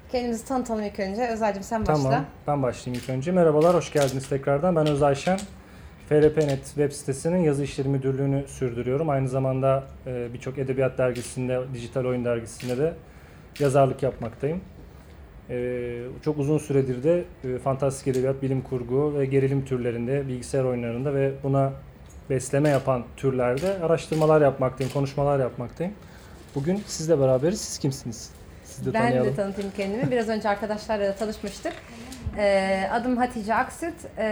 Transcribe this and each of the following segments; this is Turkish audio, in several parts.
Kendimizi tanıtalım ilk önce. Özel'cim sen başla. Tamam, ben başlayayım ilk önce. Merhabalar, hoş geldiniz tekrardan. Ben Özay Şen. FRP.net web sitesinin yazı işleri müdürlüğünü sürdürüyorum. Aynı zamanda birçok edebiyat dergisinde, dijital oyun dergisinde de yazarlık yapmaktayım. Çok uzun süredir de fantastik edebiyat, bilim kurgu ve gerilim türlerinde, bilgisayar oyunlarında ve buna besleme yapan türlerde araştırmalar yapmaktayım, konuşmalar yapmaktayım. Bugün sizle beraberiz. Siz kimsiniz? Siz de Ben tanıyalım. de tanıtayım kendimi. Biraz önce arkadaşlarla da tanışmıştık. Adım Hatice Aksüt.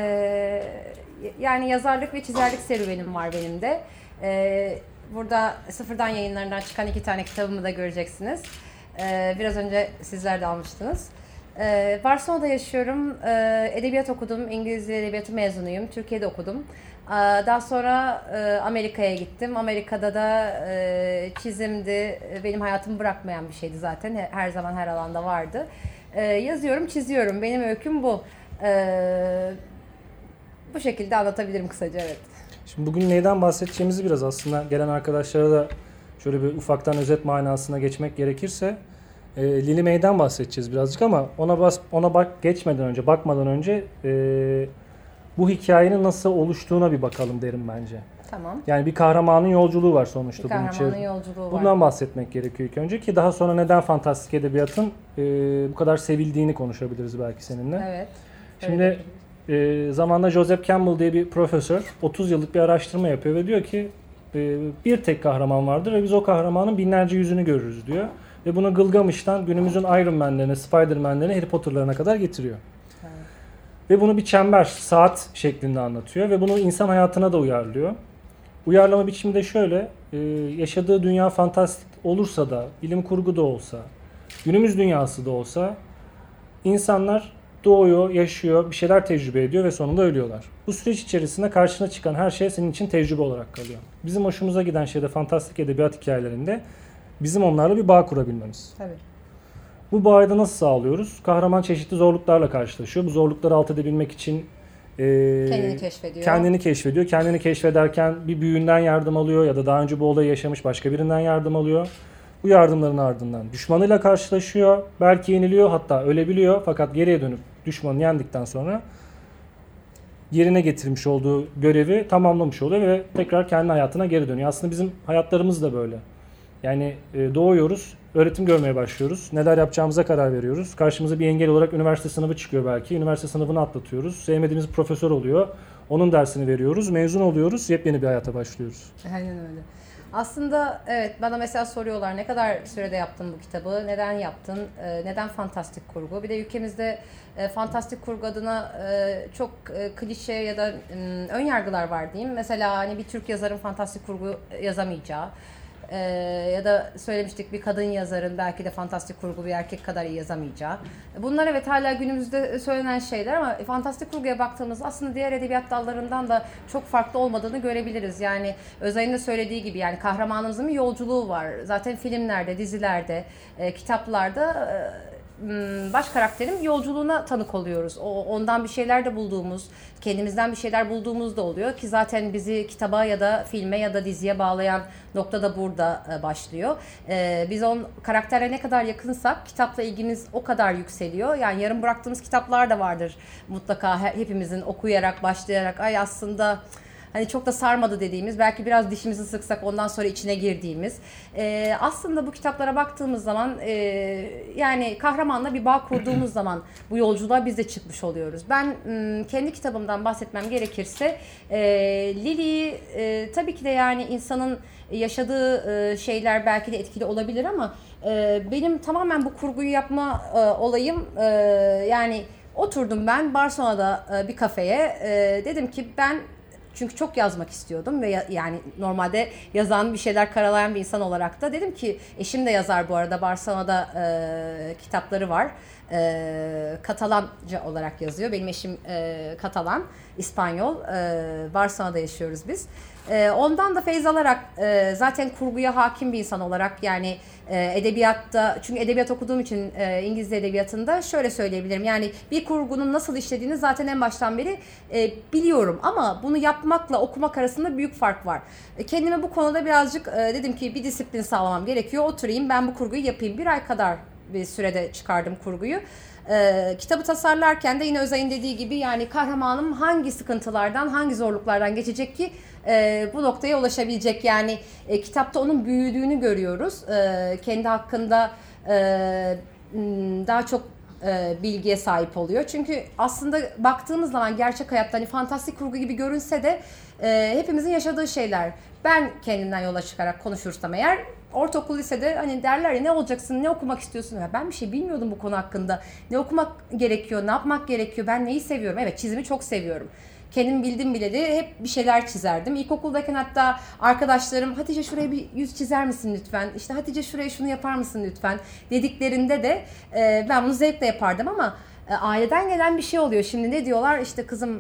Yani yazarlık ve çizerlik serüvenim var benim de. Burada Sıfırdan Yayınlarından çıkan 2 tane kitabımı da göreceksiniz. Biraz önce sizler de almıştınız. Barcelona'da yaşıyorum. Edebiyat okudum. İngiliz Dili Edebiyatı mezunuyum. Türkiye'de okudum. Daha sonra Amerika'ya gittim. Amerika'da da çizimdi. Benim hayatımı bırakmayan bir şeydi zaten. Her zaman her alanda vardı. Yazıyorum, çiziyorum. Benim öyküm bu. Bu şekilde anlatabilirim kısaca, evet. Şimdi bugün neyden bahsedeceğimizi biraz aslında gelen arkadaşlara da şöyle bir ufaktan özet manasına geçmek gerekirse Lili May'den bahsedeceğiz birazcık ama bakmadan önce bu hikayenin nasıl oluştuğuna bir bakalım derim bence. Tamam. Yani bir kahramanın yolculuğu var sonuçta. Bir kahramanın yolculuğu var. Bundan bahsetmek gerekiyor ilk önce ki daha sonra neden fantastik edebiyatın bu kadar sevildiğini konuşabiliriz belki seninle. Evet. Şimdi zamanında Joseph Campbell diye bir profesör 30 yıllık bir araştırma yapıyor ve diyor ki bir tek kahraman vardır ve biz o kahramanın binlerce yüzünü görürüz diyor. Ve bunu Gılgamış'tan günümüzün Iron Man'lerine, Spider-Man'lerine, Harry Potter'larına kadar getiriyor. Evet. Ve bunu bir çember, saat şeklinde anlatıyor ve bunu insan hayatına da uyarlıyor. Uyarlama biçimi de şöyle, yaşadığı dünya fantastik olursa da, bilim kurgu da olsa, günümüz dünyası da olsa insanlar doğuyor, yaşıyor, bir şeyler tecrübe ediyor ve sonunda ölüyorlar. Bu süreç içerisinde karşına çıkan her şey senin için tecrübe olarak kalıyor. Bizim hoşumuza giden şey de fantastik edebiyat hikayelerinde bizim onlarla bir bağ kurabilmemiz. Tabii. Bu bağı da nasıl sağlıyoruz? Kahraman çeşitli zorluklarla karşılaşıyor. Bu zorlukları alt edebilmek için kendini keşfediyor. Kendini keşfederken bir büyüğünden yardım alıyor ya da daha önce bu olayı yaşamış başka birinden yardım alıyor. Bu yardımların ardından düşmanıyla karşılaşıyor. Belki yeniliyor, hatta ölebiliyor. Fakat geriye dönüp düşmanı yendikten sonra yerine getirmiş olduğu görevi tamamlamış oluyor ve tekrar kendi hayatına geri dönüyor. Aslında bizim hayatlarımız da böyle. Yani doğuyoruz, öğretim görmeye başlıyoruz. Neler yapacağımıza karar veriyoruz. Karşımıza bir engel olarak üniversite sınavı çıkıyor belki. Üniversite sınavını atlatıyoruz. Sevmediğimiz profesör oluyor. Onun dersini veriyoruz. Mezun oluyoruz. Yepyeni bir hayata başlıyoruz. Aynen öyle. Aslında evet, bana mesela soruyorlar ne kadar sürede yaptın bu kitabı, neden yaptın, neden fantastik kurgu? Bir de ülkemizde fantastik kurgu adına çok klişe ya da ön yargılar var diyeyim. Mesela hani bir Türk yazarın fantastik kurgu yazamayacağı. Ya da söylemiştik bir kadın yazarın belki de fantastik kurgu bir erkek kadar iyi yazamayacağı. Bunlar evet hala günümüzde söylenen şeyler ama fantastik kurguya baktığımızda aslında diğer edebiyat dallarından da çok farklı olmadığını görebiliriz. Yani Özay'ın da söylediği gibi yani kahramanımızın bir yolculuğu var. Zaten filmlerde, dizilerde, kitaplarda baş karakterin yolculuğuna tanık oluyoruz. Ondan bir şeyler de bulduğumuz, kendimizden bir şeyler bulduğumuz da oluyor ki zaten bizi kitaba ya da filme ya da diziye bağlayan nokta da burada başlıyor. Biz karaktere ne kadar yakınsak kitapla ilgimiz o kadar yükseliyor. Yani yarım bıraktığımız kitaplar da vardır mutlaka hepimizin okuyarak, başlayarak ay aslında hani çok da sarmadı dediğimiz, belki biraz dişimizi sıksak ondan sonra içine girdiğimiz. Aslında bu kitaplara baktığımız zaman yani kahramanla bir bağ kurduğumuz zaman bu yolculuğa biz de çıkmış oluyoruz. Ben kendi kitabımdan bahsetmem gerekirse Lili'yi tabii ki de yani insanın yaşadığı şeyler belki de etkili olabilir ama benim tamamen bu kurguyu yapma olayım yani oturdum ben Barcelona'da bir kafeye, dedim ki ben çünkü çok yazmak istiyordum ve yani normalde yazan bir şeyler karalayan bir insan olarak da dedim ki eşim de yazar bu arada Barcelona'da kitapları var. Katalanca olarak yazıyor. Benim eşim Katalan, İspanyol. Barcelona'da yaşıyoruz biz. Ondan da feyz alarak zaten kurguya hakim bir insan olarak yani edebiyatta, çünkü edebiyat okuduğum için İngiliz edebiyatında şöyle söyleyebilirim. Yani bir kurgunun nasıl işlediğini zaten en baştan beri biliyorum ama bunu yapmakla okumak arasında büyük fark var. Kendime bu konuda birazcık dedim ki bir disiplin sağlamam gerekiyor. Oturayım ben bu kurguyu yapayım. Bir ay kadar bir sürede çıkardım kurguyu. Kitabı tasarlarken de yine Özay'ın dediği gibi yani kahramanım hangi sıkıntılardan, hangi zorluklardan geçecek ki bu noktaya ulaşabilecek. Yani kitapta onun büyüdüğünü görüyoruz. Kendi hakkında daha çok bilgiye sahip oluyor. Çünkü aslında baktığımız zaman gerçek hayatta hani fantastik kurgu gibi görünse de hepimizin yaşadığı şeyler. Ben kendimden yola çıkarak konuşursam eğer ortaokul, lisede hani derler ya ne olacaksın, ne okumak istiyorsun? Ya ben bir şey bilmiyordum bu konu hakkında. Ne okumak gerekiyor, ne yapmak gerekiyor, ben neyi seviyorum? Evet, çizimi çok seviyorum. Kendim bildim bileli hep bir şeyler çizerdim. İlkokuldayken hatta arkadaşlarım Hatice şuraya bir yüz çizer misin lütfen? İşte Hatice şuraya şunu yapar mısın lütfen? Dediklerinde de ben bunu zevkle yapardım ama aileden gelen bir şey oluyor. Şimdi ne diyorlar? İşte kızım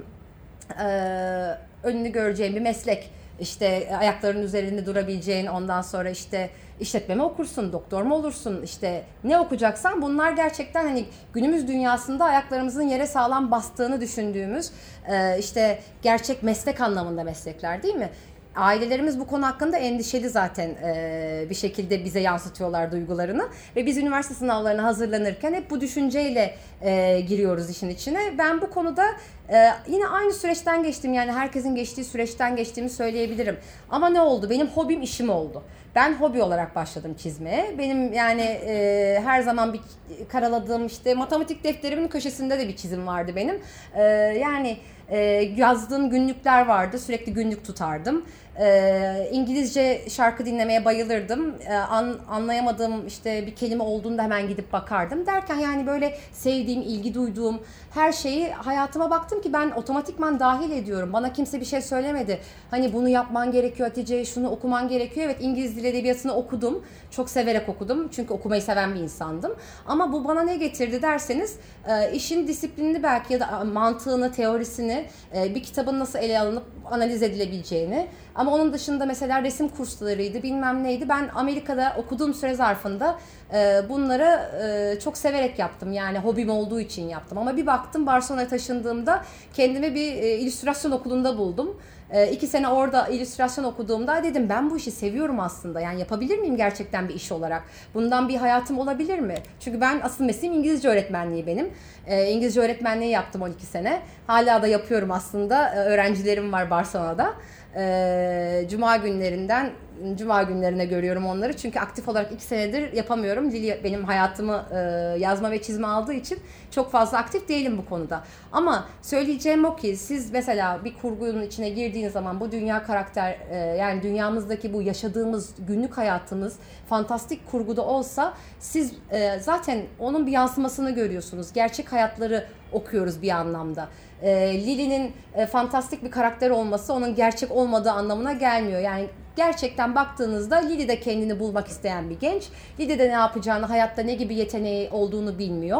önünü göreceğin bir meslek. İşte ayaklarının üzerinde durabileceğin, ondan sonra işte işletme mi okursun, doktor mu olursun, işte ne okuyacaksan bunlar gerçekten hani günümüz dünyasında ayaklarımızın yere sağlam bastığını düşündüğümüz işte gerçek meslek anlamında meslekler değil mi? Ailelerimiz bu konu hakkında endişeli zaten bir şekilde bize yansıtıyorlar duygularını ve biz üniversite sınavlarına hazırlanırken hep bu düşünceyle giriyoruz işin içine. Ben bu konuda yine aynı süreçten geçtim, yani herkesin geçtiği süreçten geçtiğimi söyleyebilirim. Ama ne oldu? Benim hobim işim oldu. Ben hobi olarak başladım çizmeye. Benim yani her zaman bir karaladığım işte matematik defterimin köşesinde de bir çizim vardı benim. Yani yazdığım günlükler vardı. Sürekli günlük tutardım. İngilizce şarkı dinlemeye bayılırdım. Anlayamadığım işte bir kelime olduğunda hemen gidip bakardım. Derken yani böyle sevdiğim, ilgi duyduğum her şeyi hayatıma baktım ki ben otomatikman dahil ediyorum. Bana kimse bir şey söylemedi. Hani bunu yapman gerekiyor Hatice, şunu okuman gerekiyor. Evet, İngiliz Dil Edebiyatı'nı okudum. Çok severek okudum. Çünkü okumayı seven bir insandım. Ama bu bana ne getirdi derseniz işin disiplinini belki ya da mantığını, teorisini, bir kitabın nasıl ele alınıp analiz edilebileceğini. Ama onun dışında mesela resim kurslarıydı, bilmem neydi. Ben Amerika'da okuduğum süre zarfında bunları çok severek yaptım. Yani hobim olduğu için yaptım. Ama bir baktım Barcelona'ya taşındığımda kendimi bir illüstrasyon okulunda buldum. 2 sene orada illüstrasyon okuduğumda dedim ben bu işi seviyorum aslında. Yani yapabilir miyim gerçekten bir iş olarak? Bundan bir hayatım olabilir mi? Çünkü ben asıl mesleğim İngilizce öğretmenliği benim. İngilizce öğretmenliği yaptım 12 sene. Hala da yapıyorum aslında. Öğrencilerim var Barcelona'da. Cuma günlerine görüyorum onları. Çünkü aktif olarak 2 senedir yapamıyorum. Dil benim hayatımı yazma ve çizme aldığı için çok fazla aktif değilim bu konuda. Ama söyleyeceğim o ki siz mesela bir kurgunun içine girdiğiniz zaman bu dünya karakter yani dünyamızdaki bu yaşadığımız günlük hayatımız fantastik kurguda olsa siz zaten onun bir yansımasını görüyorsunuz. Gerçek hayatları okuyoruz bir anlamda. Lily'nin fantastik bir karakter olması onun gerçek olmadığı anlamına gelmiyor. Yani gerçekten baktığınızda Lily de kendini bulmak isteyen bir genç. Lily de ne yapacağını, hayatta ne gibi yeteneği olduğunu bilmiyor.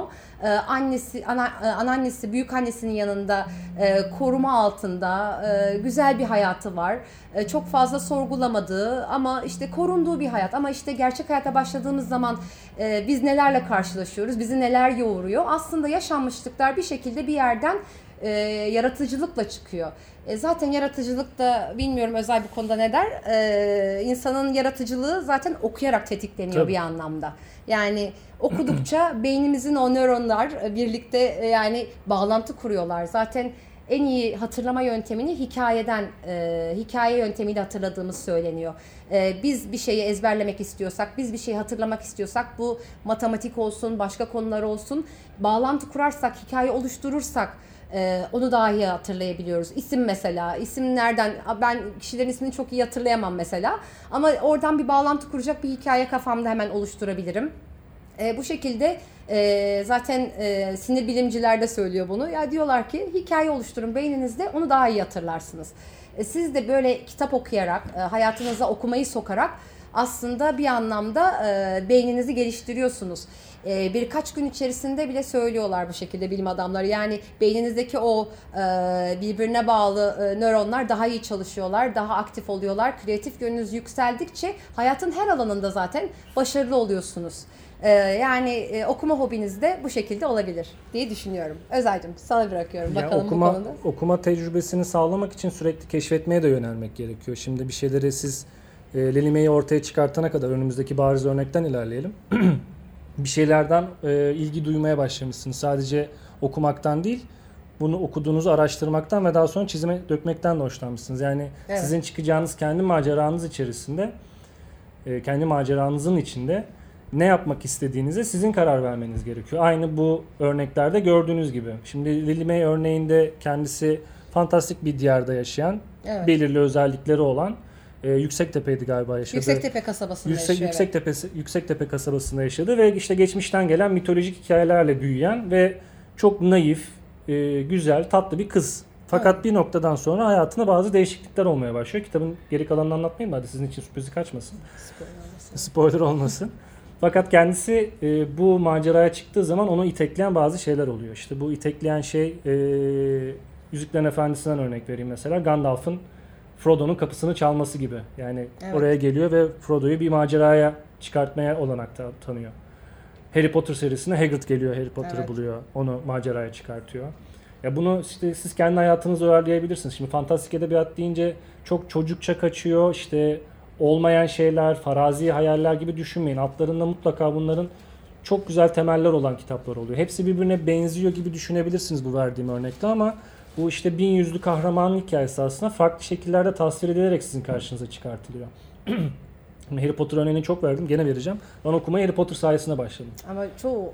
Anneannesi, büyük annesinin yanında koruma altında güzel bir hayatı var. Çok fazla sorgulamadığı ama işte korunduğu bir hayat. Ama işte gerçek hayata başladığımız zaman biz nelerle karşılaşıyoruz, bizi neler yoğuruyor. Aslında yaşanmışlıklar bir şekilde bir yerden yaratıcılıkla çıkıyor. Zaten yaratıcılık da bilmiyorum Özay bu konuda ne der. İnsanın yaratıcılığı zaten okuyarak tetikleniyor. Tabii. Bir anlamda. Yani okudukça beynimizin o nöronlar birlikte yani bağlantı kuruyorlar. Zaten en iyi hatırlama yöntemini hikaye yöntemiyle hatırladığımız söyleniyor. Biz bir şeyi ezberlemek istiyorsak, biz bir şeyi hatırlamak istiyorsak bu matematik olsun, başka konular olsun bağlantı kurarsak, hikaye oluşturursak onu daha iyi hatırlayabiliyoruz. İsim mesela. İsim nereden? Ben kişilerin ismini çok iyi hatırlayamam mesela. Ama oradan bir bağlantı kuracak bir hikaye kafamda hemen oluşturabilirim. Bu şekilde zaten sinir bilimciler de söylüyor bunu. Ya diyorlar ki hikaye oluşturun beyninizde, onu daha iyi hatırlarsınız. Siz de böyle kitap okuyarak, hayatınıza okumayı sokarak aslında bir anlamda beyninizi geliştiriyorsunuz. Birkaç gün içerisinde bile söylüyorlar bu şekilde bilim adamları. Yani beyninizdeki o birbirine bağlı nöronlar daha iyi çalışıyorlar, daha aktif oluyorlar. Kreatif yönünüz yükseldikçe hayatın her alanında zaten başarılı oluyorsunuz. Yani okuma hobiniz de bu şekilde olabilir diye düşünüyorum. Özay'cığım sana bırakıyorum. Bakalım bu konuda. Okuma tecrübesini sağlamak için sürekli keşfetmeye de yönelmek gerekiyor. Şimdi bir şeyleri siz Lelime'yi ortaya çıkartana kadar önümüzdeki bariz örnekten ilerleyelim. bir şeylerden ilgi duymaya başlamışsınız. Sadece okumaktan değil, bunu okuduğunuzu araştırmaktan ve daha sonra çizime dökmekten de hoşlanmışsınız. Yani sizin çıkacağınız kendi maceranız içerisinde, kendi maceranızın içinde ne yapmak istediğinize sizin karar vermeniz gerekiyor. Aynı bu örneklerde gördüğünüz gibi. Şimdi Lily May örneğinde kendisi fantastik bir diyarda yaşayan, belirli özellikleri olan, Yüksektepe'ydi galiba yaşadı. Yüksektepe kasabasında yaşıyor. Yüksektepe kasabasında yaşadı ve işte geçmişten gelen mitolojik hikayelerle büyüyen ve çok naif, güzel, tatlı bir kız. Fakat bir noktadan sonra hayatında bazı değişiklikler olmaya başlıyor. Kitabın geri kalanını anlatmayayım da hadi sizin için sürprizi kaçmasın. Spoiler olmasın. Fakat kendisi bu maceraya çıktığı zaman onu itekleyen bazı şeyler oluyor. İşte bu itekleyen şey, Yüzüklerin Efendisi'nden örnek vereyim mesela. Gandalf'ın Frodo'nun kapısını çalması gibi. Yani oraya geliyor ve Frodo'yu bir maceraya çıkartmaya olanak tanıyor. Harry Potter serisinde Hagrid geliyor, Harry Potter'ı buluyor. Onu maceraya çıkartıyor. Ya bunu işte siz kendi hayatınızda uyarlayabilirsiniz. Şimdi fantastik edebiyat deyince çok çocukça kaçıyor. İşte olmayan şeyler, farazi hayaller gibi düşünmeyin. Altlarında mutlaka bunların çok güzel temeller olan kitaplar oluyor. Hepsi birbirine benziyor gibi düşünebilirsiniz bu verdiğim örnekte ama bu işte 1000 yüzlü kahramanın hikayesi aslında farklı şekillerde tasvir edilerek sizin karşınıza çıkartılıyor. Harry Potter örneğini çok verdim, gene vereceğim. Ben okumaya Harry Potter sayesinde başladım. Ama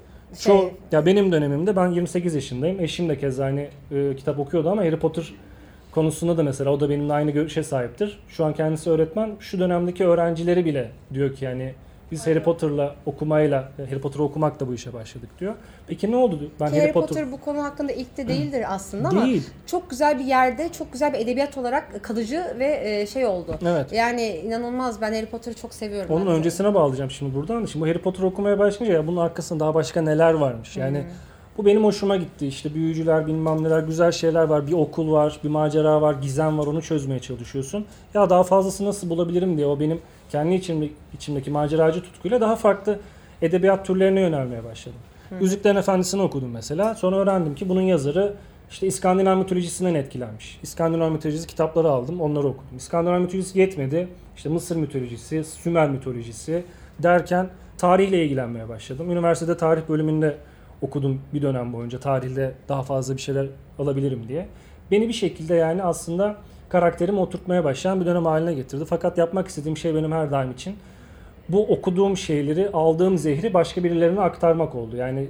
ya benim dönemimde ben 28 yaşındayım. Eşim de keza aynı kitap okuyordu ama Harry Potter konusunda da mesela o da benimle aynı görüşe sahiptir. Şu an kendisi öğretmen. Şu dönemdeki öğrencileri bile diyor ki yani biz Harry Potter'la Harry Potter'ı okumakla bu işe başladık diyor. Peki ne oldu? Harry Potter bu konu hakkında ilk de değildir aslında ama çok güzel bir yerde, çok güzel bir edebiyat olarak kalıcı ve şey oldu. Evet. Yani inanılmaz, ben Harry Potter'ı çok seviyorum. Onun öncesine bağlayacağım şimdi buradan. Şimdi bu Harry Potter okumaya başlayınca ya bunun arkasında daha başka neler varmış. Yani bu benim hoşuma gitti. İşte büyücüler, bilmem neler, güzel şeyler var. Bir okul var, bir macera var, gizem var. Onu çözmeye çalışıyorsun. Ya daha fazlasını nasıl bulabilirim diye o benim kendi içimdeki maceracı tutkuyla daha farklı edebiyat türlerine yönelmeye başladım. Yüzüklerin Efendisi'ni okudum mesela. Sonra öğrendim ki bunun yazarı işte İskandinav mitolojisinden etkilenmiş. İskandinav mitolojisi kitapları aldım, onları okudum. İskandinav mitolojisi yetmedi. İşte Mısır mitolojisi, Sümer mitolojisi derken tarihle ilgilenmeye başladım. Üniversitede tarih bölümünde okudum bir dönem boyunca. Tarihte daha fazla bir şeyler alabilirim diye. Beni bir şekilde yani aslında karakterimi oturtmaya başlayan bir dönem haline getirdi. Fakat yapmak istediğim şey benim her daim için bu okuduğum şeyleri, aldığım zehri başka birilerine aktarmak oldu. Yani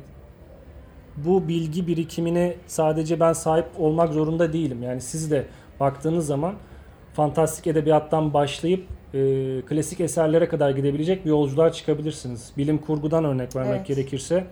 bu bilgi birikimine sadece ben sahip olmak zorunda değilim. Yani siz de baktığınız zaman fantastik edebiyattan başlayıp klasik eserlere kadar gidebilecek bir yolculuğa çıkabilirsiniz. Bilim kurgudan örnek vermek gerekirse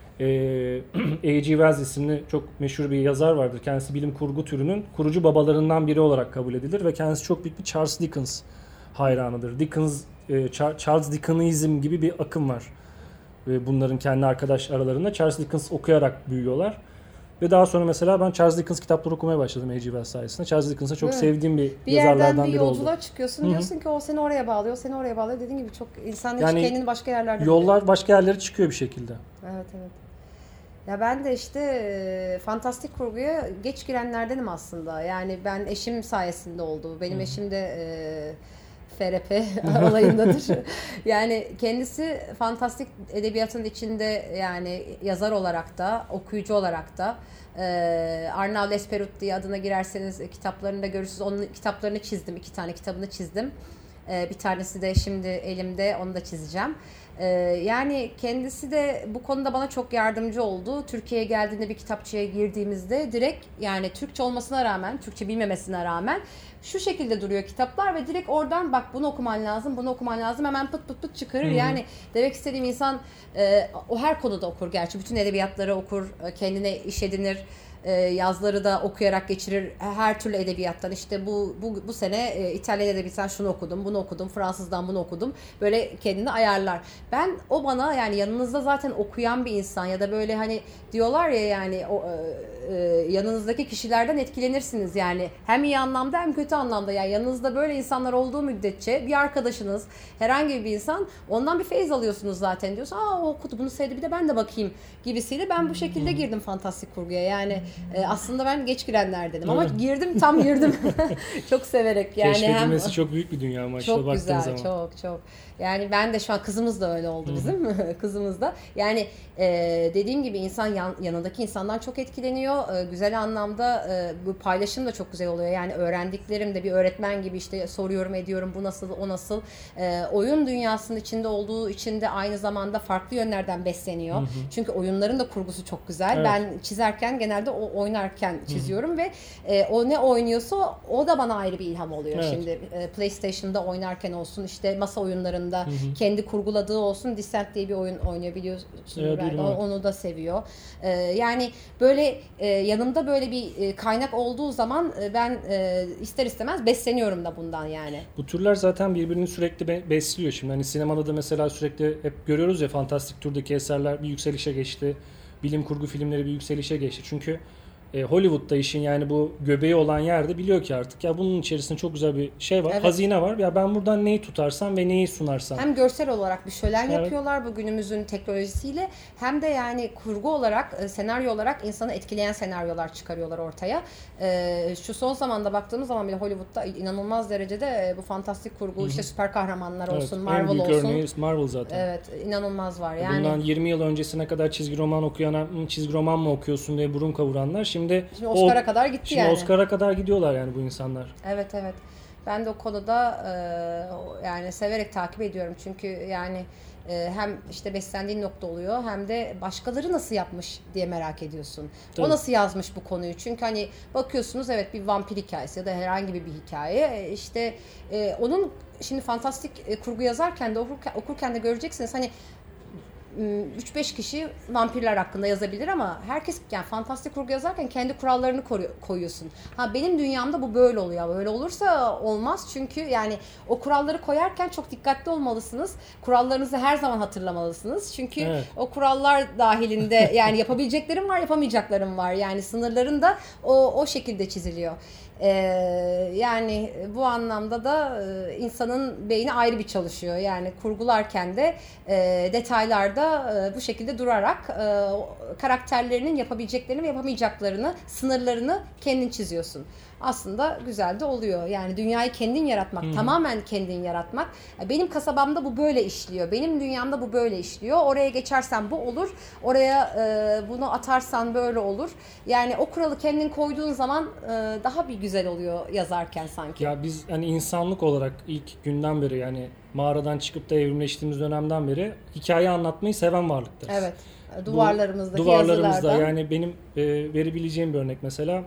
A.G. Wells isimli çok meşhur bir yazar vardır. Kendisi bilim kurgu türünün kurucu babalarından biri olarak kabul edilir ve kendisi çok büyük bir Charles Dickens hayranıdır. Charles Dickensizm gibi bir akım var. Ve bunların kendi arkadaş aralarında Charles Dickens okuyarak büyüyorlar. Ve daha sonra mesela ben Charles Dickens kitapları okumaya başladım A.G. Wells sayesinde. Charles Dickens'a çok sevdiğim bir yazarlardan biri oldu. Bir yerden bir yolculuğa çıkıyorsun. Diyorsun ki o seni oraya bağlıyor, seni oraya bağlıyor. Dediğin gibi çok insan yani kendini başka yerlerde yollar başka yerlere çıkıyor bir şekilde. Evet. Ya ben de işte fantastik kurguya geç girenlerdenim aslında. Yani ben eşim sayesinde oldu. Benim eşim de FRP olayındadır. Yani kendisi fantastik edebiyatın içinde, yani yazar olarak da, okuyucu olarak da. Arnaud Lesperut diye adına girerseniz kitaplarını da görürsünüz. Onun kitaplarını çizdim. 2 tane kitabını çizdim. Bir tanesi de şimdi elimde, onu da çizeceğim. Yani kendisi de bu konuda bana çok yardımcı oldu. Türkiye'ye geldiğinde bir kitapçıya girdiğimizde direkt, yani Türkçe olmasına rağmen, Türkçe bilmemesine rağmen şu şekilde duruyor kitaplar ve direkt oradan bak bunu okuman lazım, bunu okuman lazım, hemen pıt pıt pıt çıkarır. Yani demek istediğim insan o her konuda okur gerçi. Bütün edebiyatları okur, kendine iş edinir. Yazları da okuyarak geçirir, her türlü edebiyattan. İşte bu sene İtalyan edebiyattan şunu okudum, bunu okudum, Fransızdan bunu okudum. Böyle kendini ayarlar. O bana, yani yanınızda zaten okuyan bir insan ya da böyle hani diyorlar ya, yani yanınızdaki kişilerden etkilenirsiniz yani, hem iyi anlamda hem kötü anlamda. Yani yanınızda böyle insanlar olduğu müddetçe, bir arkadaşınız, herhangi bir insan, ondan bir feyz alıyorsunuz zaten. Diyorsun o okudu, bunu sevdi, bir de ben de bakayım gibisiyle. Ben bu şekilde girdim fantastik kurguya. Yani Aslında ben geç girenlerdenim ama girdim, tam girdim. Çok severek yani. Keşfedilmesi çok büyük bir dünya ama işte baktığın zaman. Çok güzel, çok. Yani ben de şu an, kızımız da öyle oldu bizim. Kızımız da. Yani dediğim gibi insan yanındaki insandan çok etkileniyor. Güzel anlamda bu paylaşım da çok güzel oluyor. Yani öğrendiklerim de bir öğretmen gibi işte soruyorum, ediyorum, bu nasıl, o nasıl. Oyun dünyasının içinde olduğu için de aynı zamanda farklı yönlerden besleniyor. Çünkü oyunların da kurgusu çok güzel. Evet. Ben çizerken genelde o oynarken çiziyorum ve o ne oynuyorsa o da bana ayrı bir ilham oluyor. Evet. Şimdi PlayStation'da oynarken olsun, işte masa oyunlarında kendi kurguladığı olsun. Descent diye bir oyun oynayabiliyorsunuz. Evet, onu da seviyor. Yani böyle yanımda böyle bir kaynak olduğu zaman ben ister istemez besleniyorum da bundan yani. Bu türler zaten birbirini sürekli besliyor şimdi. Hani sinemada da mesela sürekli hep görüyoruz ya, fantastik türdeki eserler bir yükselişe geçti. Bilim kurgu filmleri bir yükselişe geçti. Çünkü Hollywood'da işin yani bu göbeği olan yerde biliyor ki artık ya bunun içerisinde çok güzel bir şey var, evet. Hazine var. Ya ben buradan neyi tutarsam ve neyi sunarsam. Hem görsel olarak bir şölen yapıyorlar bu günümüzün teknolojisiyle, hem de yani kurgu olarak, senaryo olarak insanı etkileyen senaryolar çıkarıyorlar ortaya. Şu son zamanda baktığımız zaman bile Hollywood'da inanılmaz derecede bu fantastik kurgu, işte süper kahramanlar olsun, evet. Marvel olsun. En büyük örneği Marvel zaten. Evet, inanılmaz var yani. Bundan 20 yıl öncesine kadar çizgi roman okuyana çizgi roman mı okuyorsun diye burun kavuranlar şimdi Oscar'a kadar gitti şimdi yani. Oscar'a kadar gidiyorlar yani bu insanlar. Evet. Ben de o konuda yani severek takip ediyorum. Çünkü yani hem işte beslendiğin nokta oluyor, hem de başkaları nasıl yapmış diye merak ediyorsun. Tabii. O nasıl yazmış bu konuyu? Çünkü hani bakıyorsunuz, evet, bir vampir hikayesi ya da herhangi bir hikaye. İşte onun şimdi fantastik kurgu yazarken de okurken de göreceksiniz, hani 3-5 kişi vampirler hakkında yazabilir ama herkes, yani fantastik kurgu yazarken kendi kurallarını koyuyorsun. Benim dünyamda bu böyle oluyor. Böyle olursa olmaz, çünkü yani o kuralları koyarken çok dikkatli olmalısınız. Kurallarınızı her zaman hatırlamalısınız. Çünkü evet. O kurallar dahilinde yani yapabileceklerim var, yapamayacaklarım var. Yani sınırların da o şekilde çiziliyor. Yani bu anlamda da insanın beyni ayrı bir çalışıyor. Yani kurgularken de detaylarda bu şekilde durarak karakterlerinin yapabileceklerini ve yapamayacaklarını, sınırlarını kendin çiziyorsun. Aslında güzel de oluyor. Yani dünyayı kendin yaratmak, tamamen kendin yaratmak. Benim kasabamda bu böyle işliyor. Benim dünyamda bu böyle işliyor. Oraya geçersen bu olur. Oraya bunu atarsan böyle olur. Yani o kuralı kendin koyduğun zaman daha bir güzel oluyor yazarken sanki. Ya biz hani insanlık olarak ilk günden beri, yani mağaradan çıkıp da evrimleştiğimiz dönemden beri hikaye anlatmayı seven varlıklarız. Evet. Duvarlarımızda yazılardan. Yani benim verebileceğim bir örnek mesela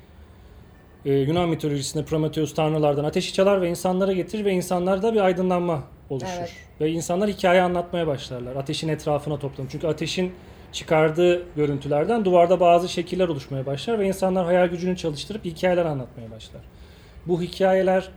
Yunan mitolojisinde Prometheus tanrılardan ateşi çalar ve insanlara getirir ve insanlarda bir aydınlanma oluşur. Evet. Ve insanlar hikaye anlatmaya başlarlar. Ateşin etrafına toplanır. Çünkü ateşin çıkardığı görüntülerden duvarda bazı şekiller oluşmaya başlar ve insanlar hayal gücünü çalıştırıp hikayeler anlatmaya başlar. Bu hikayeler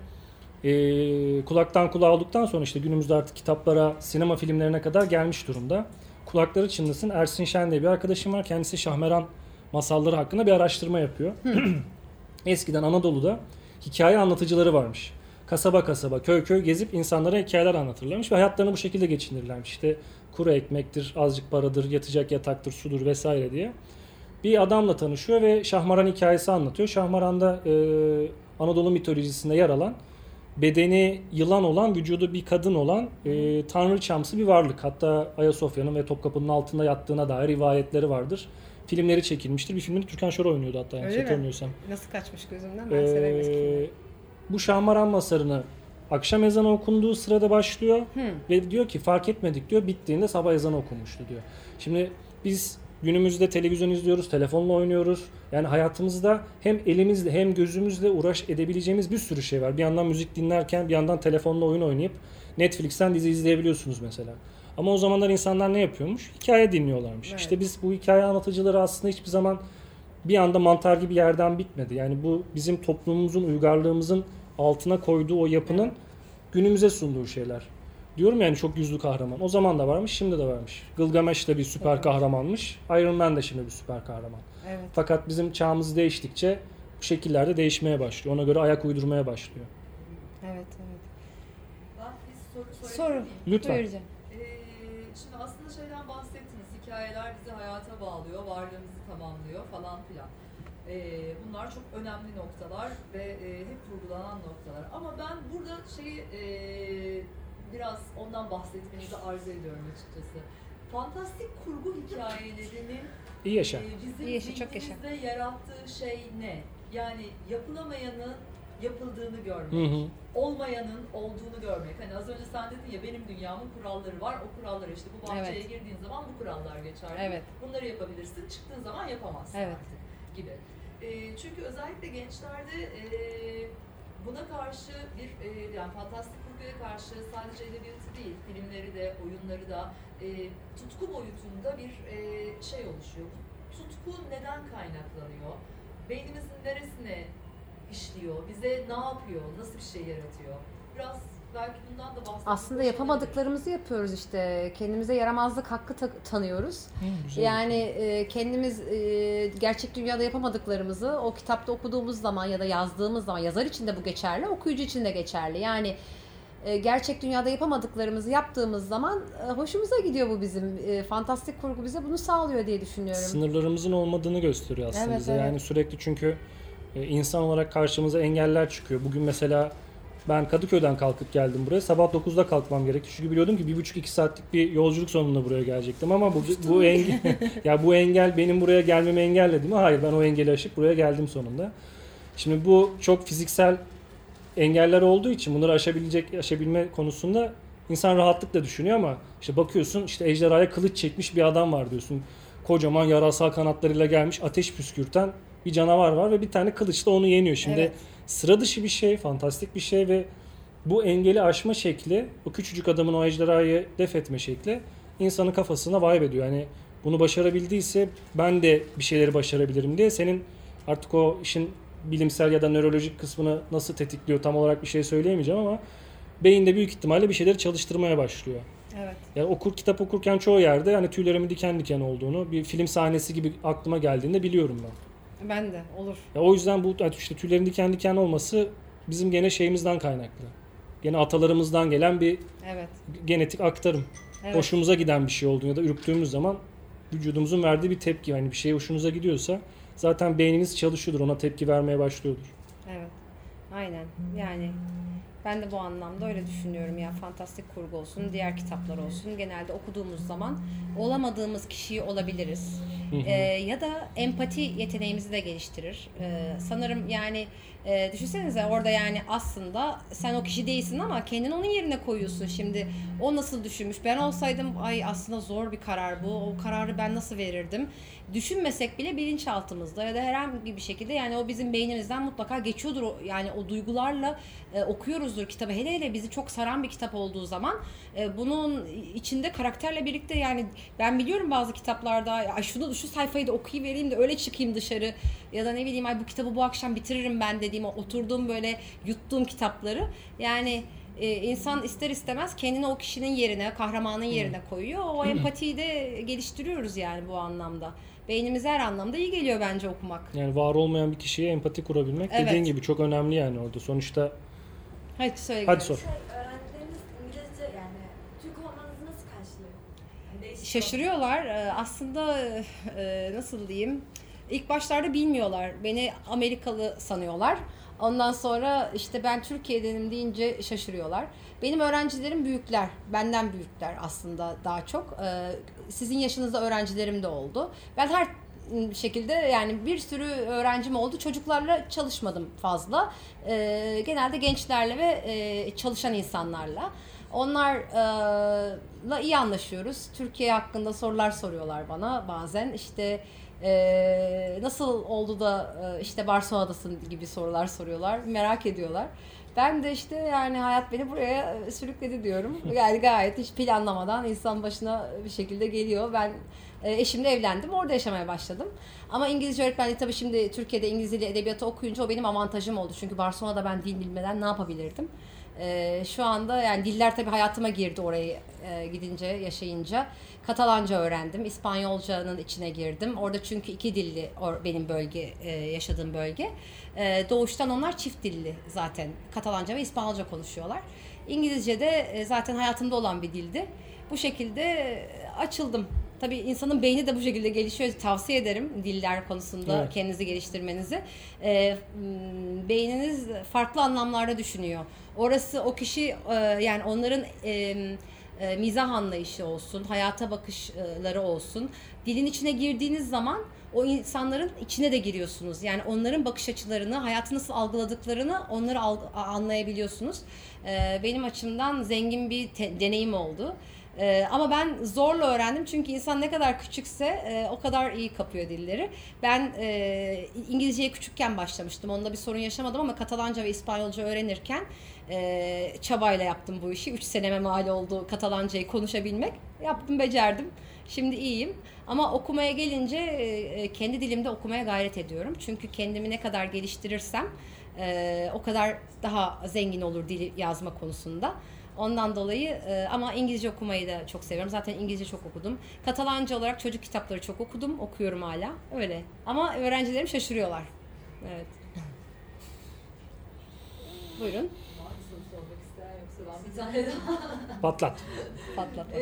kulaktan kulağa olduktan sonra işte günümüzde artık kitaplara, sinema filmlerine kadar gelmiş durumda. Kulakları çınlasın. Ersin Şen diye bir arkadaşım var. Kendisi Şahmeran masalları hakkında bir araştırma yapıyor. Eskiden Anadolu'da hikaye anlatıcıları varmış. Kasaba kasaba, köy köy gezip insanlara hikayeler anlatırlarmış ve hayatlarını bu şekilde geçindirirlermiş. İşte kuru ekmektir, azıcık paradır, yatacak yataktır, sudur vesaire diye. Bir adamla tanışıyor ve Şahmaran hikayesi anlatıyor. Şahmaran da Anadolu mitolojisinde yer alan, bedeni yılan olan, vücudu bir kadın olan tanrıçamsı bir varlık. Hatta Ayasofya'nın ve Topkapı'nın altında yattığına dair rivayetleri vardır. Filmleri çekilmiştir. Bir filmde Türkan Şoray oynuyordu hatta, yanlış hatırlamıyorsam. Nasıl kaçmış gözümden? Ben severim eski filmleri. Bu Şahmaran Masarı'nı akşam ezanı okunduğu sırada başlıyor ve diyor ki fark etmedik diyor, bittiğinde sabah ezanı okunmuştu diyor. Şimdi biz günümüzde televizyon izliyoruz, telefonla oynuyoruz. Yani hayatımızda hem elimizle hem gözümüzle uğraş edebileceğimiz bir sürü şey var. Bir yandan müzik dinlerken bir yandan telefonla oyun oynayıp Netflix'ten dizi izleyebiliyorsunuz mesela. Ama o zamanlar insanlar ne yapıyormuş? Hikaye dinliyorlarmış. Evet. İşte biz bu hikaye anlatıcıları aslında hiçbir zaman bir anda mantar gibi yerden bitmedi. Yani bu bizim toplumumuzun, uygarlığımızın altına koyduğu o yapının günümüze sunduğu şeyler. Diyorum yani çok yüzlü kahraman. O zaman da varmış, şimdi de varmış. Gılgamesh de bir süper kahramanmış. Iron Man de şimdi bir süper kahraman. Evet. Fakat bizim çağımız değiştikçe bu şekillerde değişmeye başlıyor. Ona göre ayak uydurmaya başlıyor. Evet. Ben bir soru sorayım. Lütfen. Şimdi aslında şeyden bahsettiniz. hikayeler bizi hayata bağlıyor, varlığımızı tamamlıyor falan filan. Bunlar çok önemli noktalar ve hep vurgulanan noktalar. Ama ben burada biraz ondan bahsetmenizi arzu ediyorum açıkçası. Fantastik kurgu hikayelerinin İyi yaşa. Bizim zihnimizde yarattığı şey ne? Yani yapılamayanın yapıldığını görmek, olmayanın olduğunu görmek. Hani az önce sen dedin ya, benim dünyamın kuralları var, o kurallar işte bu bahçeye girdiğin zaman bu kurallar geçer. Evet. Bunları yapabilirsin, çıktığın zaman yapamazsın artık gibi. Çünkü özellikle gençlerde buna karşı yani fantastik kurguya karşı sadece edebiyatı değil, filmleri de, oyunları da tutku boyutunda bir şey oluşuyor. Tutku neden kaynaklanıyor? Beynimizin neresine işliyor? Bize ne yapıyor? Nasıl bir şey yaratıyor? Biraz belki bundan da bahsetmek. Aslında yapamadıklarımızı yapıyoruz işte. Kendimize yaramazlık hakkı tanıyoruz. Yani kendimiz gerçek dünyada yapamadıklarımızı o kitapta okuduğumuz zaman ya da yazdığımız zaman, yazar için de bu geçerli, okuyucu için de geçerli. Yani gerçek dünyada yapamadıklarımızı yaptığımız zaman hoşumuza gidiyor bu bizim. Fantastik kurgu bize bunu sağlıyor diye düşünüyorum. Sınırlarımızın olmadığını gösteriyor aslında evet, bize. Evet. Yani sürekli çünkü insan olarak karşımıza engeller çıkıyor. Bugün mesela ben Kadıköy'den kalkıp geldim buraya. Sabah 9'da kalkmam gerekti. Çünkü biliyordum ki 1,5-2 saatlik bir yolculuk sonunda buraya gelecektim. Ama bu engel ya bu engel benim buraya gelmemi engelledi mi? Hayır, ben o engeli aşıp buraya geldim sonunda. Şimdi bu çok fiziksel engeller olduğu için bunları aşabilme konusunda insan rahatlıkla düşünüyor ama işte bakıyorsun, işte ejderhaya kılıç çekmiş bir adam var diyorsun. Kocaman yarasal kanatlarıyla gelmiş, ateş püskürten bir canavar var ve bir tane kılıçla onu yeniyor. Şimdi sıra dışı bir şey, fantastik bir şey ve bu engeli aşma şekli, o küçücük adamın o ejderhayı def etme şekli insanın kafasına vibe ediyor. Yani bunu başarabildiyse ben de bir şeyleri başarabilirim diye, senin artık o işin bilimsel ya da nörolojik kısmını nasıl tetikliyor tam olarak bir şey söyleyemeyeceğim ama beyinde büyük ihtimalle bir şeyleri çalıştırmaya başlıyor. Evet. Yani kitap okurken çoğu yerde yani tüylerimin diken diken olduğunu, bir film sahnesi gibi aklıma geldiğinde biliyorum ben. Ben de olur. Ya o yüzden bu işte tüylerin diken diken olması bizim gene şeyimizden kaynaklı. Gene atalarımızdan gelen bir genetik aktarım. Evet. Hoşumuza giden bir şey olduğunda ya da ürktüğümüz zaman vücudumuzun verdiği bir tepki. Yani bir şey hoşunuza gidiyorsa zaten beyniniz çalışıyordur, ona tepki vermeye başlıyordur. Evet. Aynen. Yani ben de bu anlamda öyle düşünüyorum ya, fantastik kurgu olsun, diğer kitaplar olsun. Genelde okuduğumuz zaman olamadığımız kişiyi olabiliriz. Ya da empati yeteneğimizi de geliştirir. Sanırım yani düşünsenize orada yani aslında sen o kişi değilsin ama kendini onun yerine koyuyorsun. Şimdi o nasıl düşünmüş? Ben olsaydım ay aslında zor bir karar bu. O kararı ben nasıl verirdim? Düşünmesek bile bilinçaltımızda ya da herhangi bir şekilde yani o bizim beynimizden mutlaka geçiyordur. Yani o duygularla okuyoruzdur kitabı. Hele hele bizi çok saran bir kitap olduğu zaman bunun içinde karakterle birlikte, yani ben biliyorum bazı kitaplarda ay şu sayfayı da okuyuvereyim de öyle çıkayım dışarı ya da ne bileyim ay bu kitabı bu akşam bitiririm ben dediğim, oturduğum böyle yuttuğum kitapları yani insan ister istemez kendini o kişinin yerine, kahramanın yerine koyuyor. O empatiyi de geliştiriyoruz yani bu anlamda. Beynimize her anlamda iyi geliyor bence okumak. Yani var olmayan bir kişiye empati kurabilmek dediğin gibi çok önemli yani orada. Sonuçta Hadi sor. Öğrencileriniz İngilizce yani Türk olmanızı nasıl karşılıyor? Şaşırıyorlar. Aslında nasıl diyeyim? İlk başlarda bilmiyorlar. Beni Amerikalı sanıyorlar. Ondan sonra işte ben Türkiye'denim deyince şaşırıyorlar. Benim öğrencilerim büyükler. Benden büyükler aslında daha çok. Sizin yaşınızda öğrencilerim de oldu. Ben her şekilde yani bir sürü öğrencim oldu. Çocuklarla çalışmadım fazla. Genelde gençlerle ve çalışan insanlarla. Onlarla iyi anlaşıyoruz. Türkiye hakkında sorular soruyorlar bana bazen. İşte nasıl oldu da işte Barcelona'dasın gibi sorular soruyorlar. Merak ediyorlar. Ben de işte yani hayat beni buraya sürükledi diyorum. Yani gayet hiç planlamadan insan başına bir şekilde geliyor. Ben eşimle evlendim. Orada yaşamaya başladım. Ama İngilizce öğretmenliği tabii şimdi Türkiye'de İngiliz dili edebiyatı okuyunca o benim avantajım oldu. Çünkü Barcelona'da ben dil bilmeden ne yapabilirdim? Şu anda yani diller tabii hayatıma girdi oraya gidince, yaşayınca. Katalanca öğrendim. İspanyolcanın içine girdim. Orada çünkü 2 dilli benim yaşadığım bölge. Doğuştan onlar çift dilli zaten. Katalanca ve İspanyolca konuşuyorlar. İngilizce de zaten hayatımda olan bir dildi. Bu şekilde açıldım Tabii insanın beyni de bu şekilde gelişiyor. Tavsiye ederim diller konusunda Evet. kendinizi geliştirmenizi. Beyniniz farklı anlamlarda düşünüyor. Orası o kişi yani onların mizah anlayışı olsun, hayata bakışları olsun. Dilin içine girdiğiniz zaman o insanların içine de giriyorsunuz. Yani onların bakış açılarını, hayatı nasıl algıladıklarını onları anlayabiliyorsunuz. Benim açımdan zengin bir deneyim oldu. Ama ben zorla öğrendim çünkü insan ne kadar küçükse o kadar iyi kapıyor dilleri. Ben İngilizceye küçükken başlamıştım. Onda bir sorun yaşamadım ama Katalanca ve İspanyolca öğrenirken çabayla yaptım bu işi. 3 seneme mal oldu Katalancayı konuşabilmek. Yaptım, becerdim. Şimdi iyiyim. Ama okumaya gelince kendi dilimde okumaya gayret ediyorum. Çünkü kendimi ne kadar geliştirirsem o kadar daha zengin olur dil yazma konusunda. Ondan dolayı ama İngilizce okumayı da çok seviyorum. Zaten İngilizce çok okudum. Katalanca olarak çocuk kitapları çok okudum. Okuyorum hala. Öyle. Ama öğrencilerim şaşırıyorlar. Evet. Buyurun. Var mı soru sormak isteyen yoksa ben bir tane daha. Patlat. Patlat bakalım.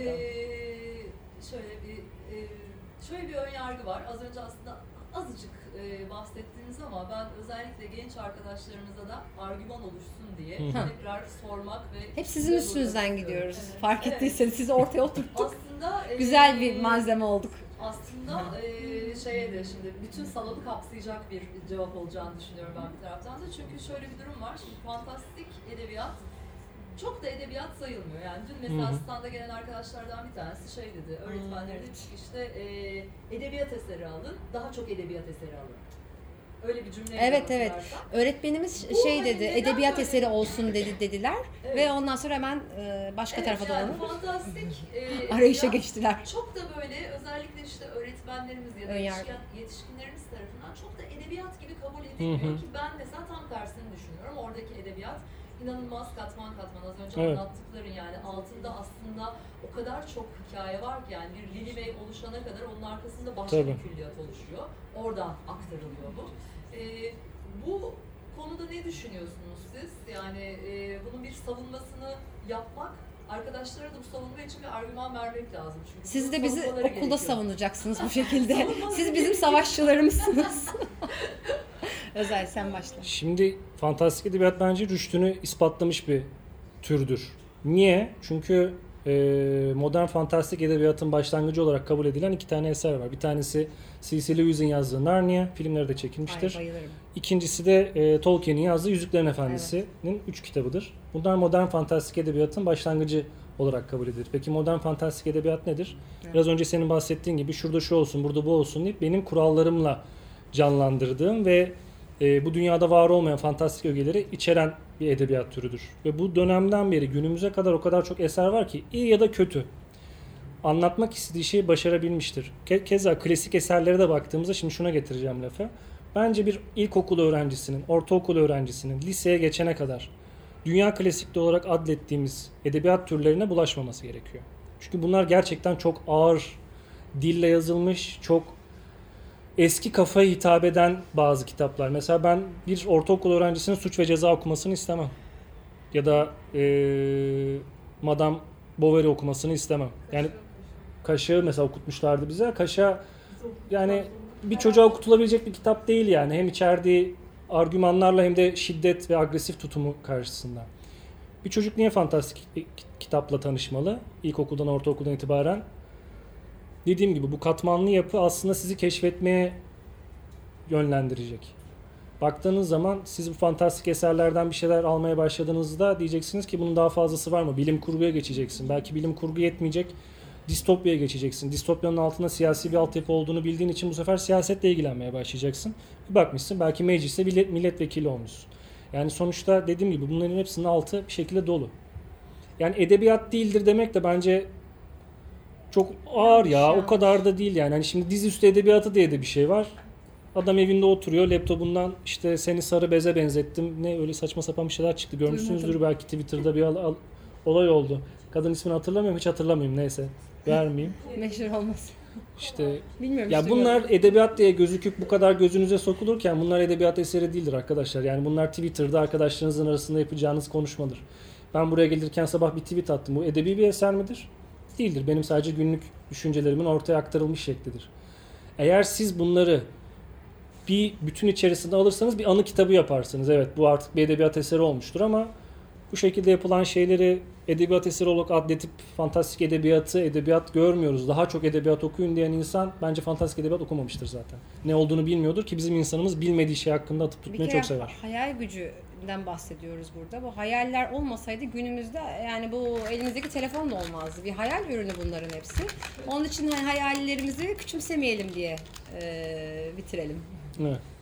Şöyle bir ön yargı var. Az önce aslında azıcık bahsettiniz ama ben özellikle genç arkadaşlarımıza da argüman oluşsun diye tekrar sormak ve hep sizin üstünüzden gidiyoruz. Evet. Fark ettiyseniz sizi ortaya oturttuk. Aslında güzel bir malzeme olduk. Aslında şeye de şimdi bütün salonu kapsayacak bir cevap olacağını düşünüyorum ben bir taraftan da. Çünkü şöyle bir durum var. Şimdi fantastik edebiyat çok da edebiyat sayılmıyor. Yani dün mesela standa gelen arkadaşlardan bir tanesi şey dedi. Öğretmenleri dedi işte edebiyat eseri alın, daha çok edebiyat eseri alın. Öyle bir cümle. Evet. Öğretmenimiz şey dedi, edebiyat eseri olsun dediler ve ondan sonra hemen başka tarafa yani dolanıp fantastik arayışa geçtiler. Çok da böyle özellikle işte öğretmenlerimiz ya da yetişkinlerimiz tarafından çok da edebiyat gibi kabul edilmiyor ki ben mesela tam tersini düşünüyorum. Oradaki edebiyat inanılmaz katman az önce anlattıkların yani altında aslında o kadar çok hikaye var ki yani bir Lili Bey oluşana kadar onun arkasında başka bir külliyat oluşuyor. Oradan aktarılıyor bu. Bu konuda ne düşünüyorsunuz siz? Yani bunun bir savunmasını yapmak, arkadaşlara da bu savunma için bir argüman vermek lazım. Çünkü siz de bizi okulda gerekiyor. Savunacaksınız bu şekilde. Siz bizim savaşçılarımızsınız. Özel sen başla. Şimdi fantastik edebiyat bence rüştünü ispatlamış bir türdür. Niye? Çünkü modern fantastik edebiyatın başlangıcı olarak kabul edilen 2 tane eser var. Bir tanesi C.S. Lewis'in yazdığı Narnia, filmleri de çekilmiştir. Bayılırım. İkincisi de Tolkien'in yazdığı Yüzüklerin Efendisi'nin 3 kitabıdır. Bunlar modern fantastik edebiyatın başlangıcı olarak kabul edilir. Peki modern fantastik edebiyat nedir? Evet. Biraz önce senin bahsettiğin gibi şurada şu olsun, burada bu olsun deyip benim kurallarımla canlandırdığım ve bu dünyada var olmayan fantastik ögeleri içeren bir edebiyat türüdür. Ve bu dönemden beri günümüze kadar o kadar çok eser var ki iyi ya da kötü anlatmak istediği şeyi başarabilmiştir. Keza klasik eserlere de baktığımızda şimdi şuna getireceğim lafı. Bence bir ilkokul öğrencisinin, ortaokul öğrencisinin liseye geçene kadar dünya klasikleri olarak adlettiğimiz edebiyat türlerine bulaşmaması gerekiyor. Çünkü bunlar gerçekten çok ağır dille yazılmış, çok eski kafaya hitap eden bazı kitaplar. Mesela ben bir ortaokul öğrencisinin Suç ve Ceza okumasını istemem. Ya da Madame Bovary okumasını istemem. Yani Kaşığı mesela okutmuşlardı bize. Kaşığı yani bir çocuğa okutulabilecek bir kitap değil yani. Hem içerdiği argümanlarla hem de şiddet ve agresif tutumu karşısında. Bir çocuk niye fantastik kitapla tanışmalı? İlkokuldan, ortaokuldan itibaren. Dediğim gibi bu katmanlı yapı aslında sizi keşfetmeye yönlendirecek. Baktığınız zaman siz bu fantastik eserlerden bir şeyler almaya başladığınızda diyeceksiniz ki bunun daha fazlası var mı? Bilim kurguya geçeceksin. Belki bilim kurgu yetmeyecek. Distopya'ya geçeceksin. Distopyanın altında siyasi bir altyapı olduğunu bildiğin için bu sefer siyasetle ilgilenmeye başlayacaksın. Bir bakmışsın belki mecliste milletvekili olmuşsun. Yani sonuçta dediğim gibi bunların hepsinin altı bir şekilde dolu. Yani edebiyat değildir demek de bence çok ağır ya. O kadar da değil yani. Hani şimdi dizüstü edebiyatı diye de bir şey var. Adam evinde oturuyor. Laptopundan işte seni sarı beze benzettim. Ne öyle saçma sapan bir şeyler çıktı. Görmüşsünüzdür belki Twitter'da bir olay oldu. Kadın ismini hatırlamıyorum. Hiç hatırlamıyorum. Neyse. Vermeyeyim. Meşhur olmaz. İşte bilmiyorum. Ya bunlar edebiyat diye gözüküp bu kadar gözünüze sokulurken bunlar edebiyat eseri değildir arkadaşlar. Yani bunlar Twitter'da arkadaşlarınızın arasında yapacağınız konuşmadır. Ben buraya gelirken sabah bir tweet attım. Bu edebi bir eser midir? fantastik değildir. Benim sadece günlük düşüncelerimin ortaya aktarılmış şeklidir. Eğer siz bunları bir bütün içerisinde alırsanız bir anı kitabı yaparsınız. Evet, bu artık bir edebiyat eseri olmuştur ama bu şekilde yapılan şeyleri edebiyat eseri olarak adletip fantastik edebiyat görmüyoruz. Daha çok edebiyat okuyun diyen insan bence fantastik edebiyat okumamıştır zaten. Ne olduğunu bilmiyordur ki bizim insanımız bilmediği şey hakkında atıp tutmayı çok sever. Hayal gücünden bahsediyoruz burada. Bu hayaller olmasaydı günümüzde yani bu elimizdeki telefon da olmazdı. Bir hayal ürünü bunların hepsi. Onun için hayallerimizi küçümsemeyelim diye bitirelim. Evet.